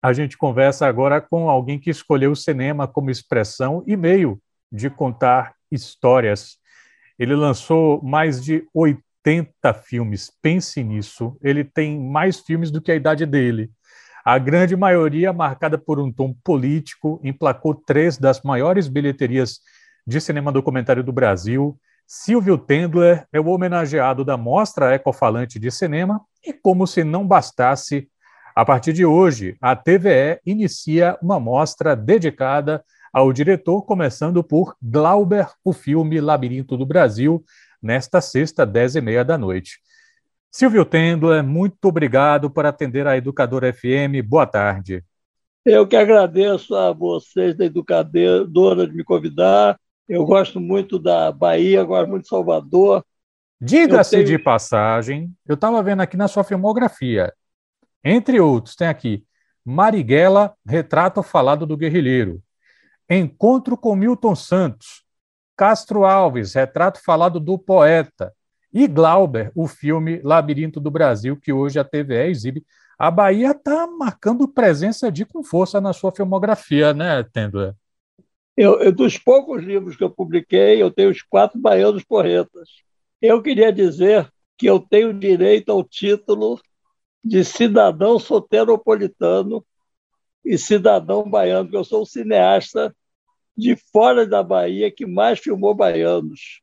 A gente conversa agora com alguém que escolheu o cinema como expressão e meio de contar histórias. Ele lançou mais de 80 filmes, pense nisso. Ele tem mais filmes do que a idade dele. A grande maioria marcada por um tom político, emplacou 3 das maiores bilheterias de cinema documentário do Brasil. Silvio Tendler é o homenageado da Mostra Ecofalante de Cinema e, como se não bastasse, a partir de hoje, a TVE inicia uma mostra dedicada ao diretor, começando por Glauber, o filme Labirinto do Brasil, nesta sexta, 10h30 da noite. Silvio Tendler, muito obrigado por atender a Educadora FM. Boa tarde. Eu que agradeço a vocês da Educadora de me convidar. Eu gosto muito da Bahia, gosto muito de Salvador. Diga-se de passagem, eu estava vendo aqui na sua filmografia, entre outros, tem aqui Marighella, Retrato Falado do Guerrilheiro, Encontro com Milton Santos, Castro Alves, Retrato Falado do Poeta, e Glauber, o filme Labirinto do Brasil, que hoje a TVE exibe. A Bahia está marcando presença com força na sua filmografia, né, Tendler? Dos poucos livros que eu publiquei, eu tenho os 4 baianos porretas. Eu queria dizer que eu tenho direito ao título de cidadão soteropolitano e cidadão baiano, porque eu sou o cineasta de fora da Bahia que mais filmou baianos.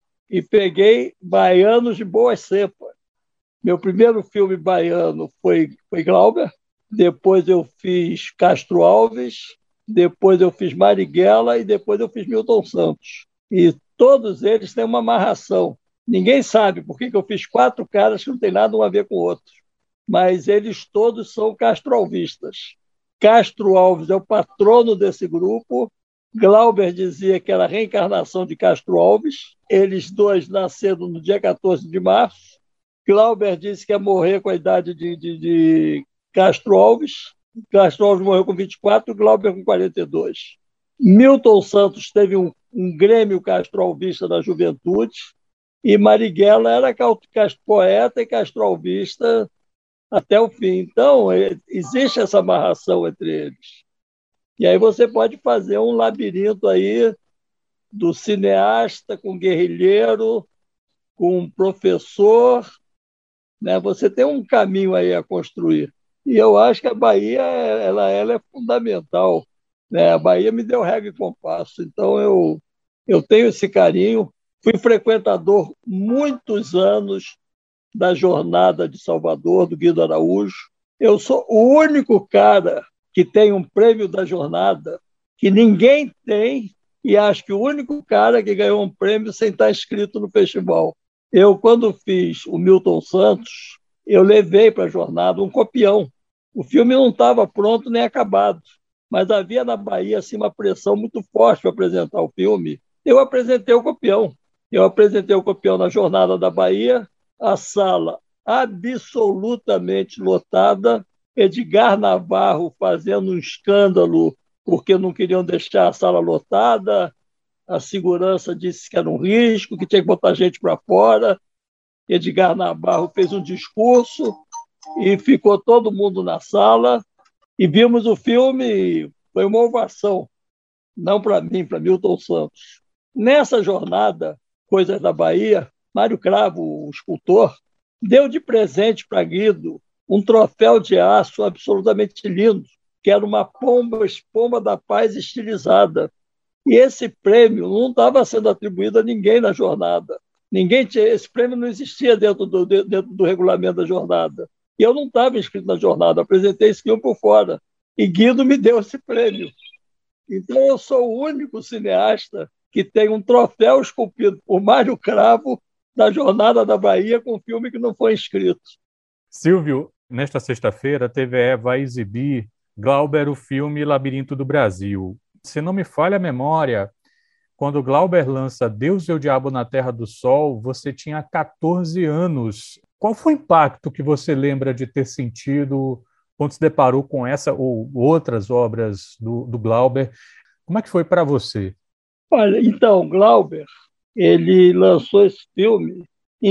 E peguei baianos de boa cepa. Meu primeiro filme baiano foi Glauber, depois eu fiz Castro Alves, depois eu fiz Marighella e depois eu fiz Milton Santos. E todos eles têm uma amarração. Ninguém sabe por que eu fiz 4 caras que não tem nada a ver com outros, mas eles todos são castroalvistas. Castro Alves é o patrono desse grupo. Glauber dizia que era a reencarnação de Castro Alves. Eles dois nasceram no dia 14 de março. Glauber disse que ia morrer com a idade de Castro Alves. Castro Alves morreu com 24, Glauber com 42. Milton Santos teve um grêmio castroalvista da juventude e Marighella era poeta e castroalvista até o fim. Então, existe essa amarração entre eles. E aí você pode fazer um labirinto aí do cineasta com guerrilheiro, com professor, né? Você tem um caminho aí a construir. E eu acho que a Bahia ela é fundamental, né? A Bahia me deu regra e compasso. Então, eu tenho esse carinho. Fui frequentador muitos anos da Jornada de Salvador, do Guido Araújo. Eu sou o único cara que tem um prêmio da Jornada que ninguém tem, e acho que o único cara que ganhou um prêmio sem estar inscrito no festival. Eu, quando fiz o Milton Santos, eu levei para a Jornada um copião. O filme não estava pronto nem acabado, mas havia na Bahia assim, uma pressão muito forte para apresentar o filme. Eu apresentei o copião. Eu apresentei o copião na Jornada da Bahia, a sala absolutamente lotada, Edgar Navarro fazendo um escândalo porque não queriam deixar a sala lotada, a segurança disse que era um risco, que tinha que botar gente para fora. Edgar Navarro fez um discurso e ficou todo mundo na sala e vimos o filme, foi uma ovação, não para mim, para Milton Santos. Nessa jornada, Coisas da Bahia, Mário Cravo, o escultor, deu de presente para Guido um troféu de aço absolutamente lindo, que era uma pomba da paz estilizada. E esse prêmio não estava sendo atribuído a ninguém na jornada. Esse prêmio não existia dentro do regulamento da jornada. E eu não estava inscrito na jornada, apresentei esse filme por fora. E Guido me deu esse prêmio. Então, eu sou o único cineasta que tem um troféu esculpido por Mário Cravo da Jornada da Bahia com um filme que não foi inscrito. Silvio, nesta sexta-feira, a TVE vai exibir Glauber, o filme Labirinto do Brasil. Se não me falha a memória, quando Glauber lança Deus e o Diabo na Terra do Sol, você tinha 14 anos. Qual foi o impacto que você lembra de ter sentido quando se deparou com essa ou outras obras do Glauber? Como é que foi para você? Olha, então, Glauber, ele lançou esse filme em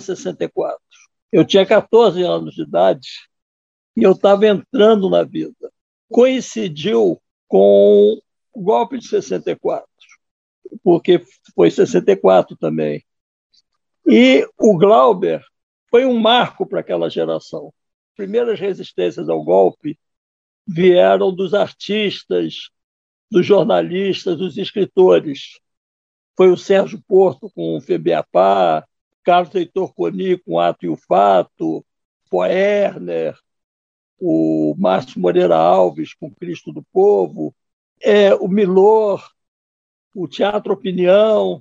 1964. Eu tinha 14 anos de idade e eu estava entrando na vida. coincidiu com o golpe de 64, porque foi 64 também. E o Glauber foi um marco para aquela geração. As primeiras resistências ao golpe vieram dos artistas, dos jornalistas, dos escritores. Foi o Sérgio Porto com o Febeapá, Carlos Heitor Coni com Ato e o Fato, Poerner, o Márcio Moreira Alves com Cristo do Povo, o Milor, o Teatro Opinião.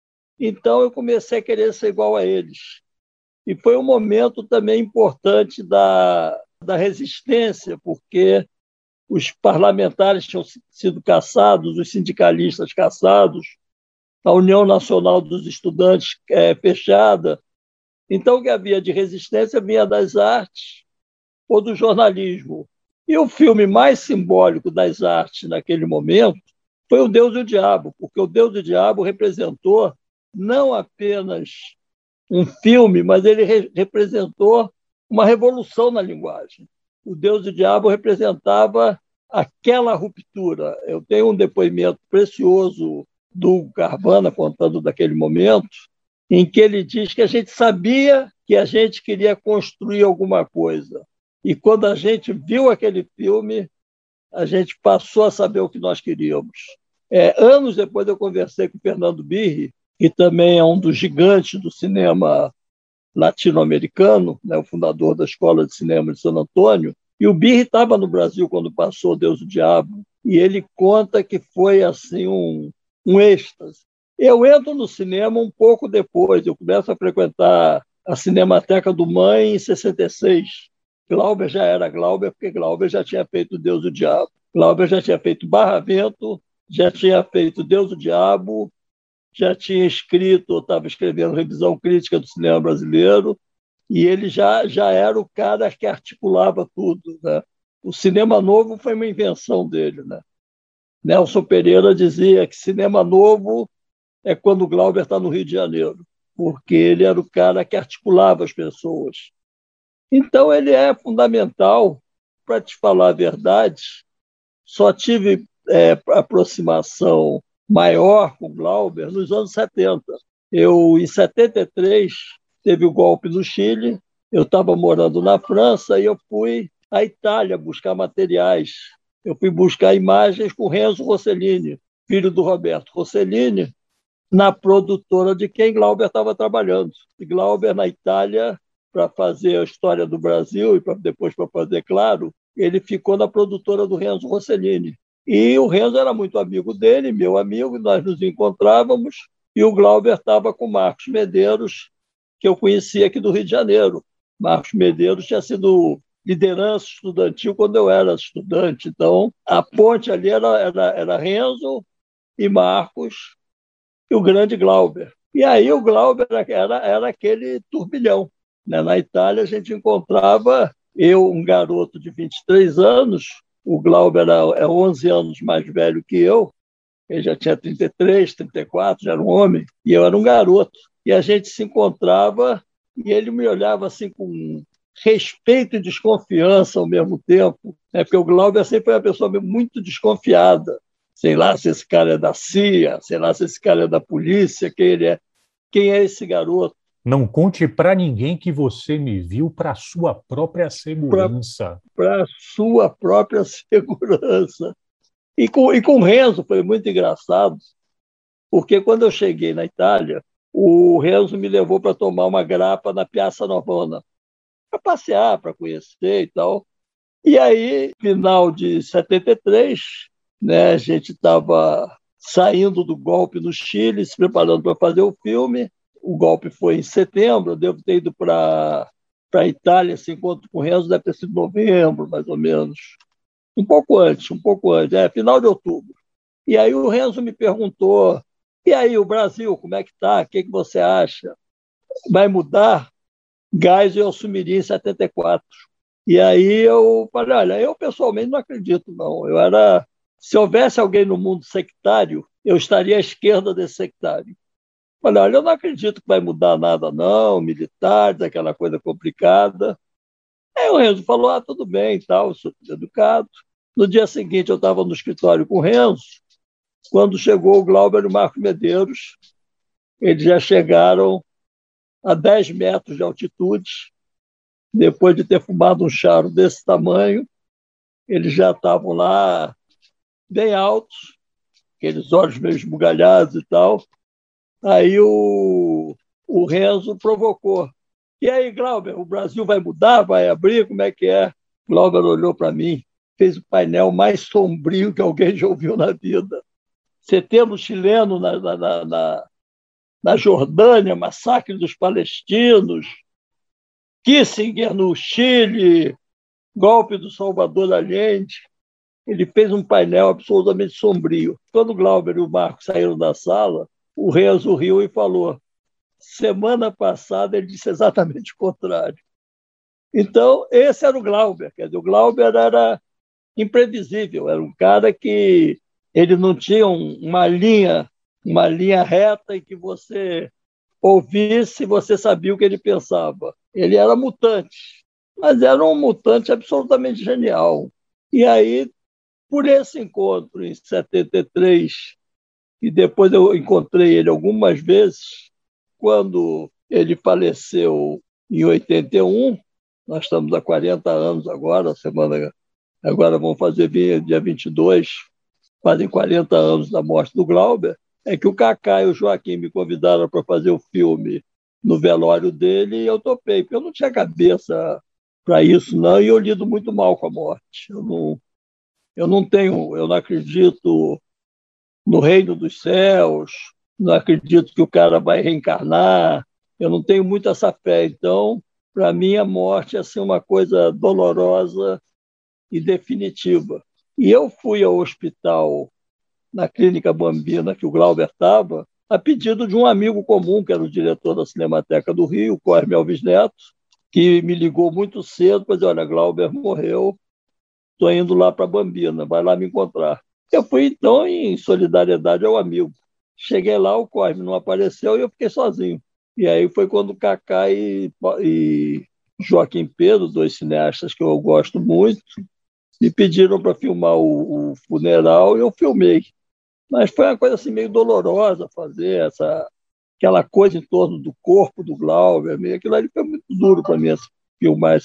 Então eu comecei a querer ser igual a eles. E foi um momento também importante da resistência, porque os parlamentares tinham sido caçados, os sindicalistas caçados, a União Nacional dos Estudantes fechada. Então, o que havia de resistência vinha das artes ou do jornalismo. E o filme mais simbólico das artes naquele momento foi O Deus e o Diabo, porque O Deus e o Diabo representou não apenas um filme, mas ele representou uma revolução na linguagem. O Deus e o Diabo representava aquela ruptura. Eu tenho um depoimento precioso do Hugo Carvana contando daquele momento, em que ele diz que a gente sabia que a gente queria construir alguma coisa. E quando a gente viu aquele filme, a gente passou a saber o que nós queríamos. Anos depois eu conversei com o Fernando Birri, que também é um dos gigantes do cinema latino-americano, né, o fundador da Escola de Cinema de San Antônio, e o Birri estava no Brasil quando passou Deus e o Diabo, e ele conta que foi assim um êxtase. Eu entro no cinema um pouco depois, eu começo a frequentar a Cinemateca do Mãe em 66. Glauber já era Glauber, porque Glauber já tinha feito Deus e o Diabo. Glauber já tinha feito Barravento, já tinha feito Deus e o Diabo, já tinha escrito, ou estava escrevendo Revisão Crítica do Cinema Brasileiro, e ele já era o cara que articulava tudo, né? O cinema novo foi uma invenção dele, né? Nelson Pereira dizia que cinema novo é quando o Glauber está no Rio de Janeiro, porque ele era o cara que articulava as pessoas. Então, ele é fundamental. Para te falar a verdade, só tive aproximação maior com o Glauber nos anos 70. Em 73, teve o golpe no Chile, eu estava morando na França e eu fui à Itália buscar materiais. Eu fui buscar imagens com Renzo Rossellini, filho do Roberto Rossellini, na produtora de quem Glauber estava trabalhando. E Glauber, na Itália, para fazer a história do Brasil e depois para fazer Claro, ele ficou na produtora do Renzo Rossellini. E o Renzo era muito amigo dele, meu amigo, nós nos encontrávamos, e o Glauber estava com Marcos Medeiros, que eu conhecia aqui do Rio de Janeiro. Marcos Medeiros tinha sido liderança estudantil quando eu era estudante. Então, a ponte ali era Renzo e Marcos e o grande Glauber. E aí o Glauber era aquele turbilhão, né? Na Itália, a gente encontrava um garoto de 23 anos, o Glauber é 11 anos mais velho que eu, ele já tinha 33, 34, já era um homem, e eu era um garoto. E a gente se encontrava e ele me olhava assim com respeito e desconfiança ao mesmo tempo, né? Porque o Glauber sempre foi uma pessoa muito desconfiada. Sei lá se esse cara é da CIA, sei lá se esse cara é da polícia, quem ele é. Quem é esse garoto? Não conte para ninguém que você me viu para sua própria segurança. Para sua própria segurança. E com o Renzo foi muito engraçado, porque quando eu cheguei na Itália, o Renzo me levou para tomar uma grappa na Piazza Navona, para passear, para conhecer e tal. E aí, final de 73, né, a gente estava saindo do golpe no Chile, se preparando para fazer o filme. O golpe foi em setembro, eu devo ter ido para a Itália, esse encontro com o Renzo deve ter sido novembro, mais ou menos. Um pouco antes, final de outubro. E aí o Renzo me perguntou, e aí o Brasil, como é que está? O que você acha? Vai mudar? Geisel eu assumiria em 74. E aí eu falei, olha, eu pessoalmente não acredito, não. Se houvesse alguém no mundo sectário, eu estaria à esquerda desse sectário. Falei, olha, eu não acredito que vai mudar nada, não, militares, aquela coisa complicada. Aí o Renzo falou, tudo bem, tal, sou educado. No dia seguinte, eu estava no escritório com o Renzo, quando chegou o Glauber e o Marco Medeiros. Eles já chegaram a 10 metros de altitude, depois de ter fumado um charuto desse tamanho. Eles já estavam lá bem altos, aqueles olhos meio esbugalhados e tal. Aí o Renzo provocou. E aí, Glauber, o Brasil vai mudar, vai abrir, como é que é? Glauber olhou para mim, fez o painel mais sombrio que alguém já ouviu na vida. Setembro chileno na Jordânia, massacre dos palestinos, Kissinger no Chile, golpe do Salvador Allende. Ele fez um painel absolutamente sombrio. Quando o Glauber e o Marco saíram da sala, o Renzo riu e falou: semana passada ele disse exatamente o contrário. Então, esse era o Glauber. Quer dizer, o Glauber era imprevisível, era um cara que ele não tinha uma linha reta em que você ouvisse e você sabia o que ele pensava. Ele era mutante, mas era um mutante absolutamente genial. E aí, por esse encontro em 73, e depois eu encontrei ele algumas vezes, quando ele faleceu em 81, nós estamos há 40 anos agora, agora vamos fazer dia 22, fazem 40 anos da morte do Glauber, é que o Cacá e o Joaquim me convidaram para fazer o filme no velório dele e eu topei, porque eu não tinha cabeça para isso, não, e eu lido muito mal com a morte. Eu não acredito no reino dos céus, não acredito que o cara vai reencarnar, eu não tenho muito essa fé. Então, para mim, a morte é assim, uma coisa dolorosa e definitiva. E eu fui ao hospital, na Clínica Bambina, que o Glauber estava, a pedido de um amigo comum, que era o diretor da Cinemateca do Rio, Cosme Alves Neto, que me ligou muito cedo para dizer: olha, Glauber morreu, estou indo lá para Bambina, vai lá me encontrar. Eu fui, então, em solidariedade ao amigo. Cheguei lá, o Cosme não apareceu e eu fiquei sozinho. E aí foi quando Cacá e Joaquim Pedro, dois cineastas que eu gosto muito, me pediram para filmar o funeral e eu filmei. Mas foi uma coisa assim meio dolorosa fazer aquela coisa em torno do corpo do Glauber. Aquilo ali foi muito duro para mim, filmar.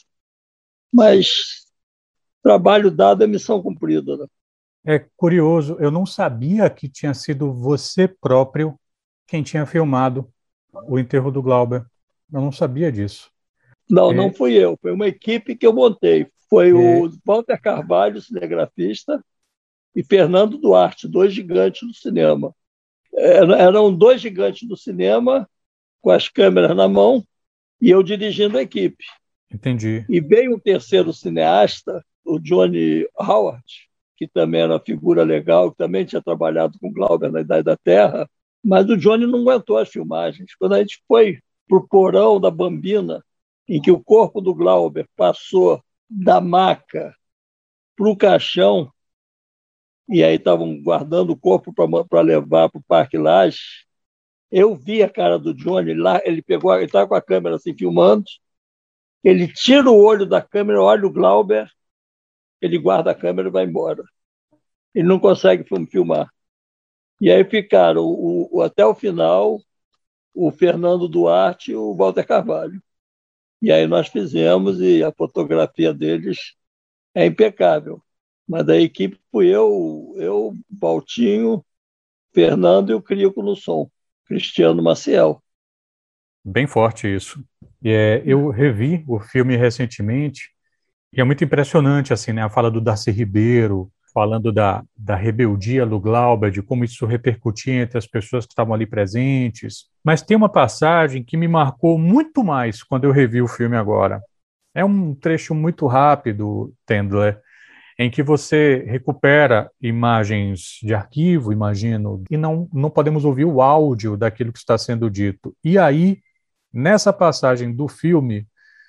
Mas trabalho dado é missão cumprida, né? É curioso, eu não sabia que tinha sido você próprio quem tinha filmado o enterro do Glauber. Eu não sabia disso. Não fui eu, foi uma equipe que eu montei. Foi o Walter Carvalho, cinegrafista, e Fernando Duarte, dois gigantes do cinema. Eram dois gigantes do cinema, com as câmeras na mão, e eu dirigindo a equipe. Entendi. E veio um terceiro cineasta, o Johnny Howard, que também era uma figura legal, que também tinha trabalhado com Glauber na Idade da Terra, mas o Johnny não aguentou as filmagens. Quando a gente foi para o porão da Bambina, em que o corpo do Glauber passou da maca para o caixão, e aí estavam guardando o corpo para levar para o Parque Lage, eu vi a cara do Johnny lá, ele estava com a câmera assim, filmando, ele tira o olho da câmera, olha o Glauber, ele guarda a câmera e vai embora. Ele não consegue filmar. E aí ficaram, até o final, o Fernando Duarte e o Walter Carvalho. E aí nós fizemos, e a fotografia deles é impecável. Mas da equipe fui eu, Valtinho, Fernando e o Crico no som, Cristiano Maciel. Bem forte isso. Eu revi o filme recentemente e é muito impressionante assim, né? A fala do Darcy Ribeiro, falando da rebeldia do Glauber, de como isso repercutia entre as pessoas que estavam ali presentes. Mas tem uma passagem que me marcou muito mais quando eu revi o filme agora. É um trecho muito rápido, Tendler, em que você recupera imagens de arquivo, imagino, e não podemos ouvir o áudio daquilo que está sendo dito. E aí, nessa passagem do filme,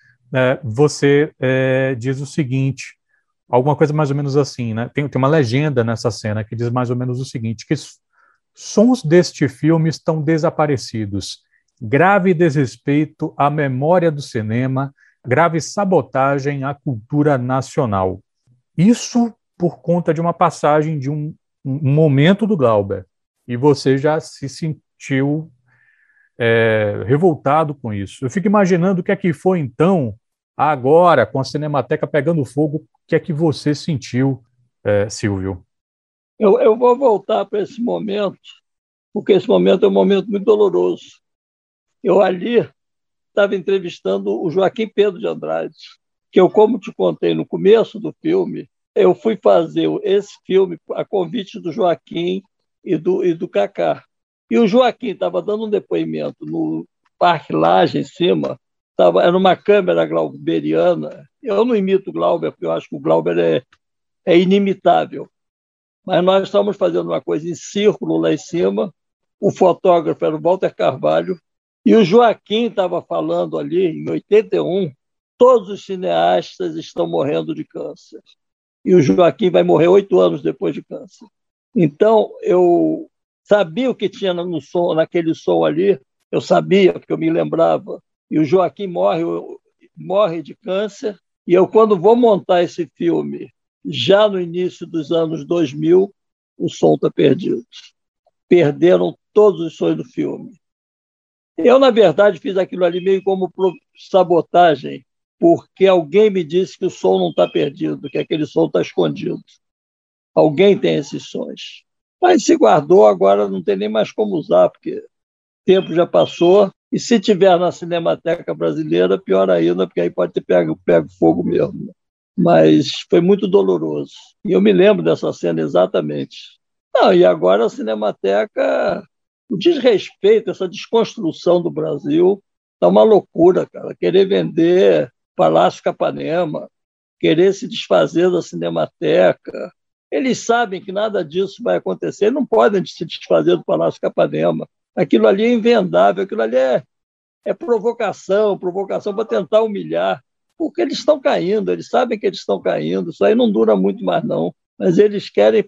você diz o seguinte, alguma coisa mais ou menos assim, né? Tem uma legenda nessa cena que diz mais ou menos o seguinte, que sons deste filme estão desaparecidos. Grave desrespeito à memória do cinema, grave sabotagem à cultura nacional. Isso por conta de uma passagem de um momento do Glauber. E você já se sentiu revoltado com isso. Eu fico imaginando o que é que foi, então, agora, com a Cinemateca pegando fogo, o que é que você sentiu, Silvio? Eu vou voltar para esse momento, porque esse momento é um momento muito doloroso. Eu ali estava entrevistando o Joaquim Pedro de Andrade, que eu, como te contei no começo do filme, eu fui fazer esse filme a convite do Joaquim e do Cacá. E o Joaquim estava dando um depoimento no Parque Lage, em cima, era uma câmera glauberiana. Eu não imito o Glauber, porque eu acho que o Glauber é inimitável. Mas nós estamos fazendo uma coisa em círculo lá em cima. O fotógrafo era o Walter Carvalho, e o Joaquim estava falando ali, em 81, todos os cineastas estão morrendo de câncer. E o Joaquim vai morrer 8 anos depois de câncer. Então, eu sabia o que tinha no som, naquele som ali, eu sabia, porque eu me lembrava. E o Joaquim morre de câncer, e eu, quando vou montar esse filme, já no início dos anos 2000, o som está perdido. Perderam todos os sons do filme. Eu, na verdade, fiz aquilo ali meio como sabotagem, porque alguém me disse que o som não está perdido, que aquele som está escondido. Alguém tem esses sons. Mas se guardou, agora não tem nem mais como usar, porque o tempo já passou. E se tiver na Cinemateca Brasileira, pior ainda, porque aí pode ter pego fogo mesmo. Mas foi muito doloroso. E eu me lembro dessa cena exatamente. Não, e agora a Cinemateca, o desrespeito, essa desconstrução do Brasil, está uma loucura, cara. Querer vender Palácio Capanema, querer se desfazer da Cinemateca. Eles sabem que nada disso vai acontecer, não podem se desfazer do Palácio Capanema. Aquilo ali é invendável, aquilo ali é provocação para tentar humilhar, porque eles estão caindo, eles sabem que eles estão caindo, isso aí não dura muito mais não, mas eles querem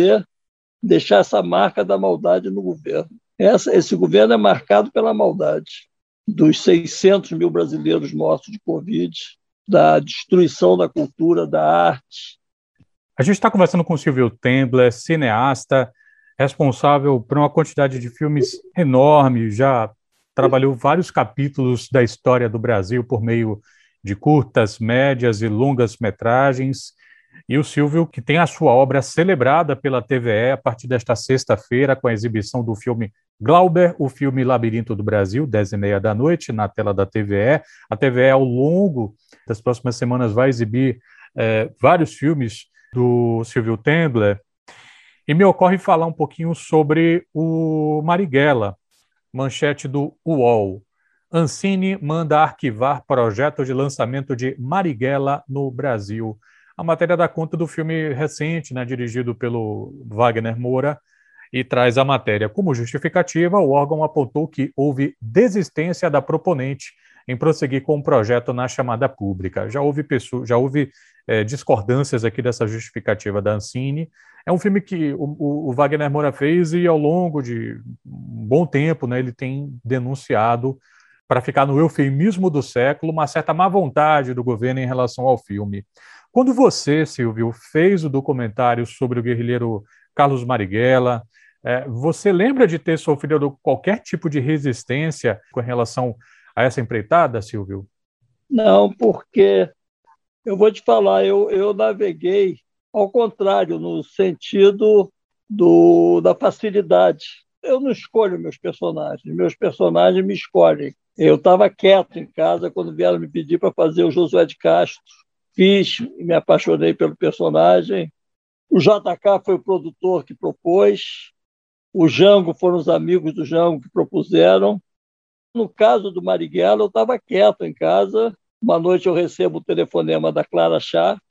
deixar essa marca da maldade no governo. Esse governo é marcado pela maldade, dos 600 mil brasileiros mortos de Covid, da destruição da cultura, da arte. A gente está conversando com o Silvio Tendler, cineasta, responsável por uma quantidade de filmes enorme, já trabalhou vários capítulos da história do Brasil por meio de curtas, médias e longas metragens. E o Silvio, que tem a sua obra celebrada pela TVE a partir desta sexta-feira, com a exibição do filme Glauber, o filme Labirinto do Brasil, 10h30 da noite, na tela da TVE. A TVE, ao longo das próximas semanas, vai exibir vários filmes do Silvio Tendler. E me ocorre falar um pouquinho sobre o Marighella, manchete do UOL. Ancine manda arquivar projeto de lançamento de Marighella no Brasil. A matéria dá conta do filme recente, né, dirigido pelo Wagner Moura, e traz a matéria. Como justificativa, o órgão apontou que houve desistência da proponente em prosseguir com o projeto na chamada pública. Já houve discordâncias aqui dessa justificativa da Ancine. É um filme que o Wagner Moura fez e, ao longo de um bom tempo, né, ele tem denunciado, para ficar no eufemismo do século, uma certa má vontade do governo em relação ao filme. Quando você, Silvio, fez o documentário sobre o guerrilheiro Carlos Marighella, você lembra de ter sofrido qualquer tipo de resistência com relação a essa empreitada, Silvio? Não, porque eu vou te falar, eu naveguei ao contrário, no sentido da facilidade. Eu não escolho meus personagens me escolhem. Eu estava quieto em casa quando vieram me pedir para fazer o Josué de Castro. Fiz, me apaixonei pelo personagem. O JK foi o produtor que propôs. O Jango foram os amigos do Jango que propuseram. No caso do Marighella, eu estava quieto em casa. Uma noite eu recebo o telefonema da Clara Schaff,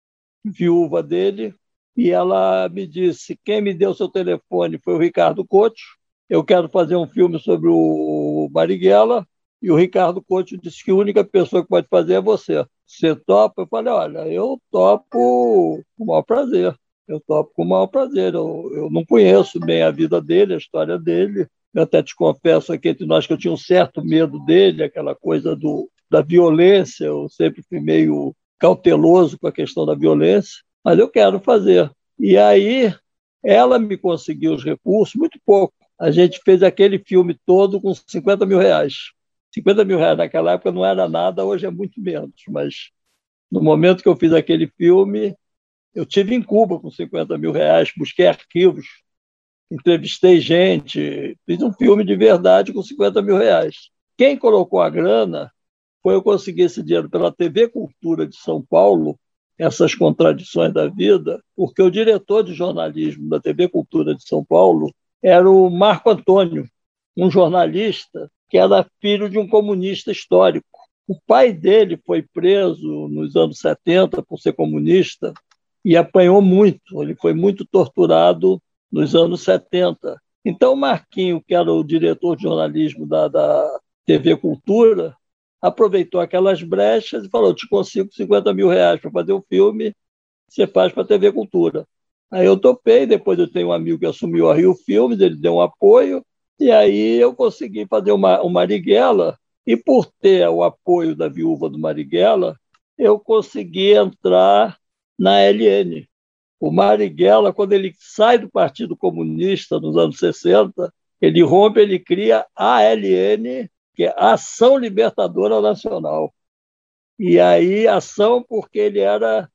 viúva dele, e ela me disse: quem me deu seu telefone foi o Ricardo Couto. Eu quero fazer um filme sobre o Marighella. E o Ricardo Couto disse que a única pessoa que pode fazer é você. Você topa? Eu falei: olha, eu topo com o maior prazer. Eu topo com o maior prazer. Eu não conheço bem a vida dele, a história dele. Eu até te confesso aqui entre nós que eu tinha um certo medo dele, aquela coisa da violência. Eu sempre fui meio cauteloso com a questão da violência. mas eu quero fazer. E aí ela me conseguiu os recursos, muito pouco. A gente fez aquele filme todo com 50 mil reais. 50 mil reais naquela época não era nada, hoje é muito menos, mas no momento que eu fiz aquele filme, eu tive em Cuba com 50 mil reais, busquei arquivos, entrevistei gente, fiz um filme de verdade com 50 mil reais. Quem colocou a grana foi eu conseguir esse dinheiro pela TV Cultura de São Paulo, essas contradições da vida, porque o diretor de jornalismo da TV Cultura de São Paulo era o Marco Antônio, um jornalista que era filho de um comunista histórico. O pai dele foi preso nos anos 70 por ser comunista e apanhou muito. Ele foi muito torturado nos anos 70. Então, o Marquinho, que era o diretor de jornalismo da TV Cultura, aproveitou aquelas brechas e falou: te consigo 50 mil reais para fazer o filme, você faz para a TV Cultura. Aí eu topei, depois eu tenho um amigo que assumiu a Rio Filmes, ele deu um apoio, e aí eu consegui fazer o Marighella, e por ter o apoio da viúva do Marighella, eu consegui entrar na LN. O Marighella, quando ele sai do Partido Comunista nos anos 60, ele rompe, ele cria a ALN, que é Ação Libertadora Nacional. E aí, ação porque ele era...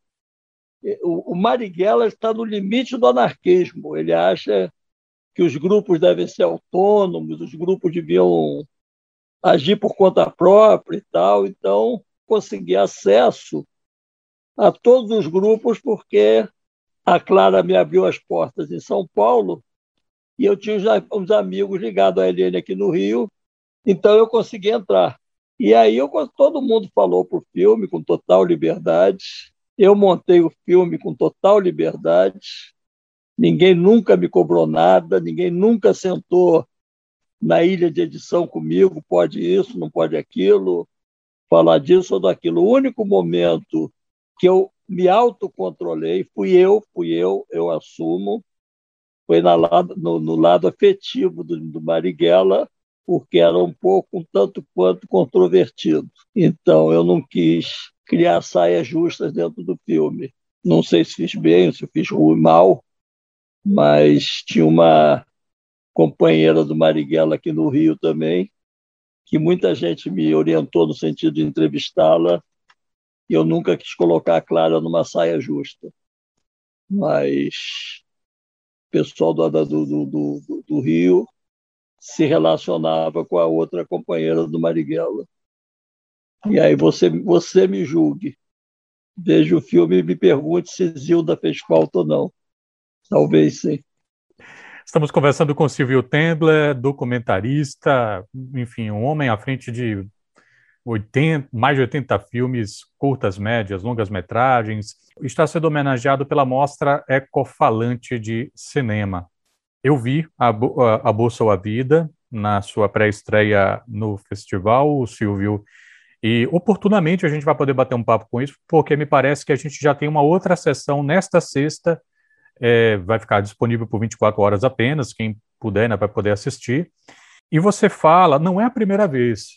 O Marighella está no limite do anarquismo. Ele acha que os grupos devem ser autônomos, os grupos deviam agir por conta própria e tal. Então, consegui acesso a todos os grupos porque a Clara me abriu as portas em São Paulo e eu tinha uns amigos ligados à LN aqui no Rio, então eu consegui entrar. E aí todo mundo falou para o filme com total liberdade, eu montei o filme com total liberdade, ninguém nunca me cobrou nada, ninguém nunca sentou na ilha de edição comigo, pode isso, não pode aquilo, falar disso ou daquilo. O único momento que eu me autocontrolei fui eu assumo, foi no lado afetivo do Marighella, porque era um pouco, um tanto quanto controvertido. Então, eu não quis criar saias justas dentro do filme. Não sei se fiz bem, se fiz ruim, mal, mas tinha uma companheira do Marighella aqui no Rio também, que muita gente me orientou no sentido de entrevistá-la, e eu nunca quis colocar a Clara numa saia justa. Mas o pessoal do Rio se relacionava com a outra companheira do Marighella. E aí você me julgue. Veja o filme e me pergunte se Zilda fez falta ou não. Talvez sim. Estamos conversando com Silvio Tendler, documentarista, enfim, um homem à frente de mais de 80 filmes, curtas, médias, longas metragens. Está sendo homenageado pela Mostra Ecofalante de Cinema. Eu vi a Bolsa ou a Vida na sua pré-estreia no festival, o Silvio, e oportunamente a gente vai poder bater um papo com isso, porque me parece que a gente já tem uma outra sessão nesta sexta, vai ficar disponível por 24 horas apenas, quem puder, né, vai poder assistir. E você fala, não é a primeira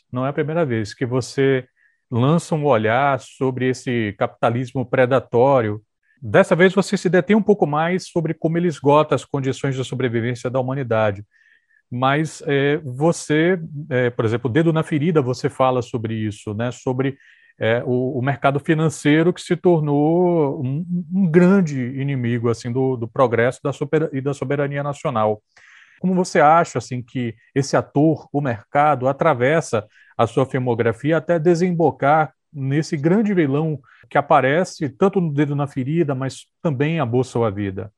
vez que você lança um olhar sobre esse capitalismo predatório. Dessa vez você se detém um pouco mais sobre como ele esgota as condições de sobrevivência da humanidade. Mas você, por exemplo, Dedo na Ferida, você fala sobre isso, né? Sobre o mercado financeiro que se tornou um grande inimigo assim do progresso e da soberania nacional. Como você acha assim que esse ator, o mercado, atravessa a sua filmografia até desembocar nesse grande vilão que aparece tanto no Dedo na Ferida, mas também a Bolsa ou a Vida?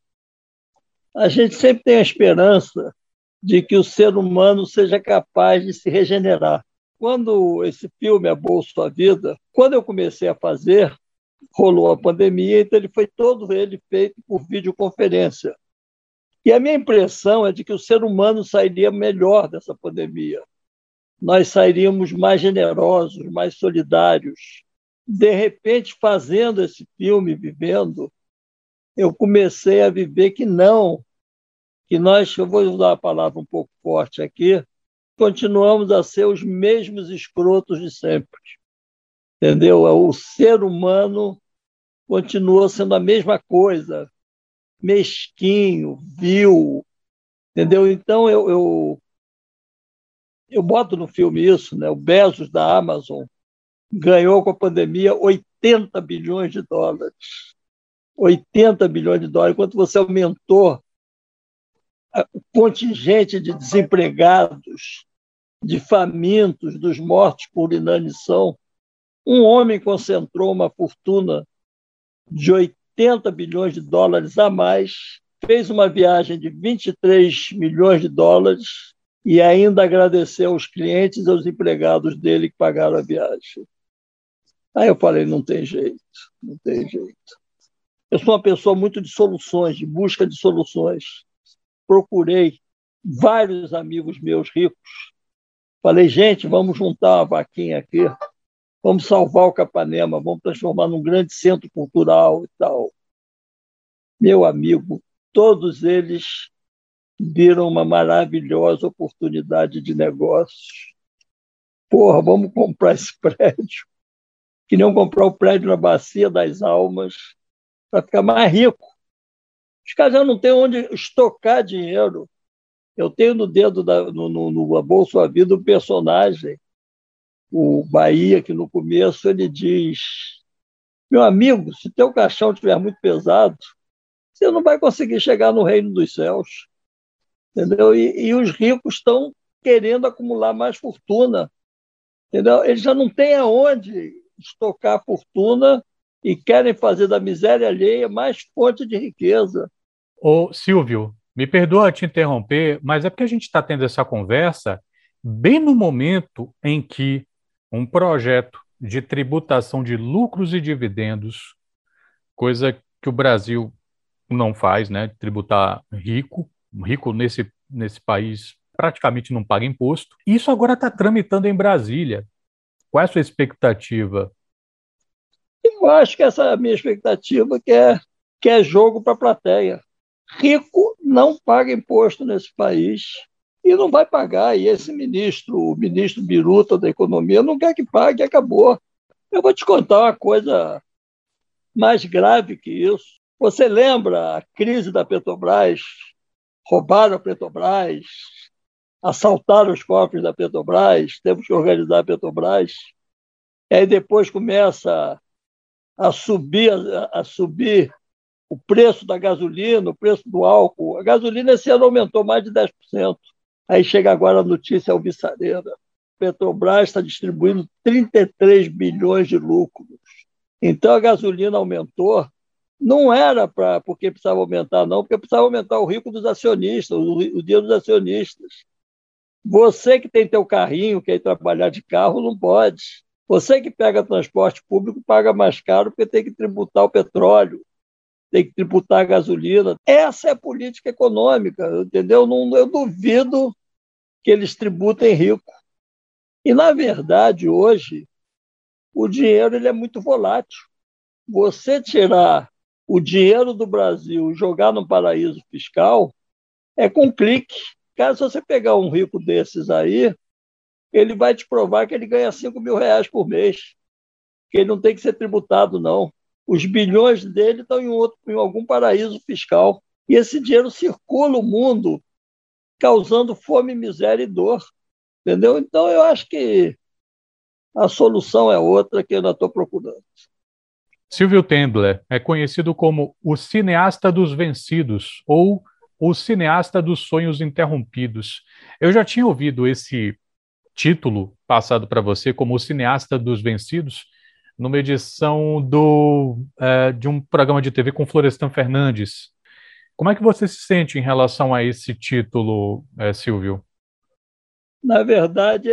A gente sempre tem a esperança de que o ser humano seja capaz de se regenerar. Quando esse filme, A Bolsa ou a Vida, quando eu comecei a fazer, rolou a pandemia, então ele foi todo ele feito por videoconferência. E a minha impressão é de que o ser humano sairia melhor dessa pandemia. Nós sairíamos mais generosos, mais solidários. De repente, fazendo esse filme, vivendo, eu comecei a viver que não, que nós, eu vou usar a palavra um pouco forte aqui, continuamos a ser os mesmos escrotos de sempre. Entendeu? O ser humano continua sendo a mesma coisa, mesquinho, vil, entendeu? Então, eu boto no filme isso, né? O Bezos da Amazon ganhou com a pandemia 80 bilhões de dólares. 80 bilhões de dólares, enquanto você aumentou o contingente de desempregados, de famintos, dos mortos por inanição. Um homem concentrou uma fortuna de 80 bilhões de dólares a mais, fez uma viagem de 23 milhões de dólares e ainda agradeceu aos clientes e aos empregados dele que pagaram a viagem. Aí eu falei, não tem jeito, não tem jeito. Eu sou uma pessoa muito de soluções, de busca de soluções. Procurei vários amigos meus ricos. Falei, gente, vamos juntar uma vaquinha aqui, vamos salvar o Capanema, vamos transformar num grande centro cultural e tal. Meu amigo, todos eles viram uma maravilhosa oportunidade de negócios. Porra, vamos comprar esse prédio. Queriam comprar o prédio na Bacia das Almas para ficar mais rico. Os caras já não têm onde estocar dinheiro. Eu tenho no dedo, no Bolsa Vida, um personagem, o Bahia, que no começo ele diz: meu amigo, se teu caixão estiver muito pesado, você não vai conseguir chegar no reino dos céus. Entendeu? E os ricos estão querendo acumular mais fortuna. Entendeu? Eles já não têm aonde estocar a fortuna e querem fazer da miséria alheia mais fonte de riqueza. Ô, Silvio, me perdoa te interromper, mas é porque a gente está tendo essa conversa bem no momento em que um projeto de tributação de lucros e dividendos, coisa que o Brasil não faz, né? Tributar rico, rico nesse país praticamente não paga imposto. Isso agora está tramitando em Brasília. Qual é a sua expectativa? Eu acho que essa é a minha expectativa, que é jogo para a plateia. Rico não paga imposto nesse país e não vai pagar. E esse ministro, o ministro Biruta da Economia, não quer que pague, acabou. Eu vou te contar uma coisa mais grave que isso. Você lembra a crise da Petrobras? Roubaram a Petrobras, assaltaram os cofres da Petrobras, temos que organizar a Petrobras. E aí depois começa a subir o preço da gasolina, o preço do álcool. A gasolina esse ano aumentou mais de 10%. Aí chega agora a notícia alvissareira. Petrobras está distribuindo 33 bilhões de lucros. Então a gasolina aumentou. Não era porque precisava aumentar, não, porque precisava aumentar o rico dos acionistas, o dinheiro dos acionistas. Você que tem teu carrinho, quer ir trabalhar de carro, não pode. Você que pega transporte público paga mais caro porque tem que tributar o petróleo, tem que tributar a gasolina. Essa é a política econômica, entendeu? Não, eu duvido que eles tributem rico. E, na verdade, hoje, o dinheiro ele é muito volátil. Você tirar o dinheiro do Brasil e jogar num paraíso fiscal é com clique. Cara, se você pegar um rico desses aí, ele vai te provar que ele ganha 5 mil reais por mês, que ele não tem que ser tributado, não. Os bilhões dele estão em algum paraíso fiscal. E esse dinheiro circula o mundo, causando fome, miséria e dor. Entendeu? Então, eu acho que a solução é outra que eu ainda estou procurando. Silvio Tendler é conhecido como o cineasta dos vencidos ou o cineasta dos sonhos interrompidos. Eu já tinha ouvido esse título passado para você como o cineasta dos vencidos numa edição de um programa de TV com Florestan Fernandes. Como é que você se sente em relação a esse título, Silvio? Na verdade,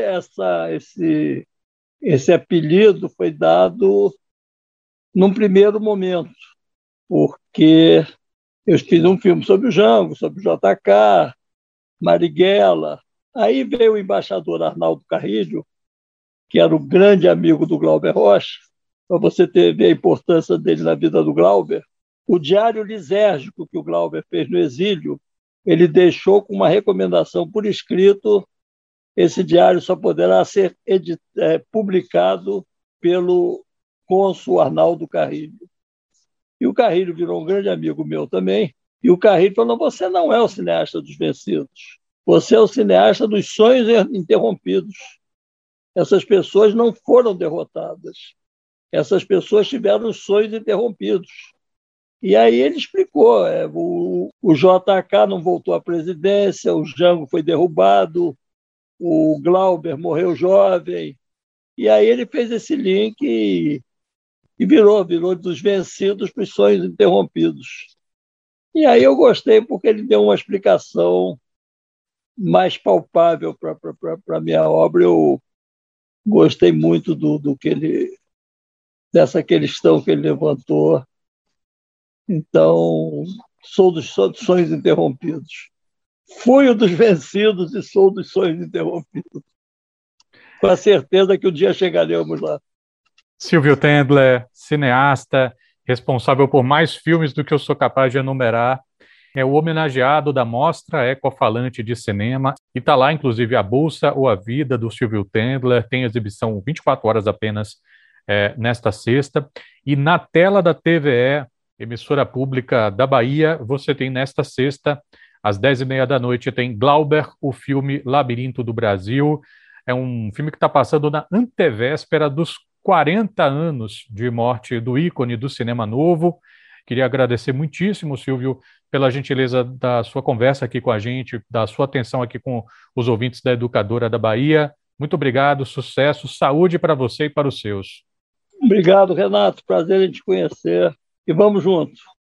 esse apelido foi dado num primeiro momento, porque eu fiz um filme sobre o Jango, sobre o JK, Marighella. Aí veio o embaixador Arnaldo Carrilho, que era o grande amigo do Glauber Rocha, para você ver a importância dele na vida do Glauber. O diário lisérgico que o Glauber fez no exílio, ele deixou com uma recomendação por escrito: esse diário só poderá ser publicado pelo cônsul Arnaldo Carrilho. E o Carrilho virou um grande amigo meu também. E o Carrilho falou: você não é o cineasta dos vencidos. Você é o cineasta dos sonhos interrompidos. Essas pessoas não foram derrotadas. Essas pessoas tiveram os sonhos interrompidos. E aí ele explicou: o JK não voltou à presidência, o Jango foi derrubado, o Glauber morreu jovem. E aí ele fez esse link e virou dos vencidos para os sonhos interrompidos. E aí eu gostei porque ele deu uma explicação mais palpável para a minha obra. Eu gostei muito do que dessa questão que ele levantou. Então, sou dos sonhos interrompidos. Fui o dos vencidos e sou dos sonhos interrompidos. Com a certeza que um dia chegaremos lá. Silvio Tendler, cineasta, responsável por mais filmes do que eu sou capaz de enumerar, é o homenageado da Mostra Ecofalante de Cinema, e está lá, inclusive, a Bolsa ou a Vida, do Silvio Tendler, tem exibição 24 horas apenas nesta sexta, e na tela da TVE, emissora pública da Bahia, você tem nesta sexta, às 10h30 da noite, tem Glauber, o filme Labirinto do Brasil. É um filme que está passando na antevéspera dos 40 anos de morte do ícone do cinema novo. Queria agradecer muitíssimo, Silvio, pela gentileza da sua conversa aqui com a gente, da sua atenção aqui com os ouvintes da Educadora da Bahia. Muito obrigado, sucesso, saúde para você e para os seus. Obrigado, Renato. Prazer em te conhecer. E vamos juntos.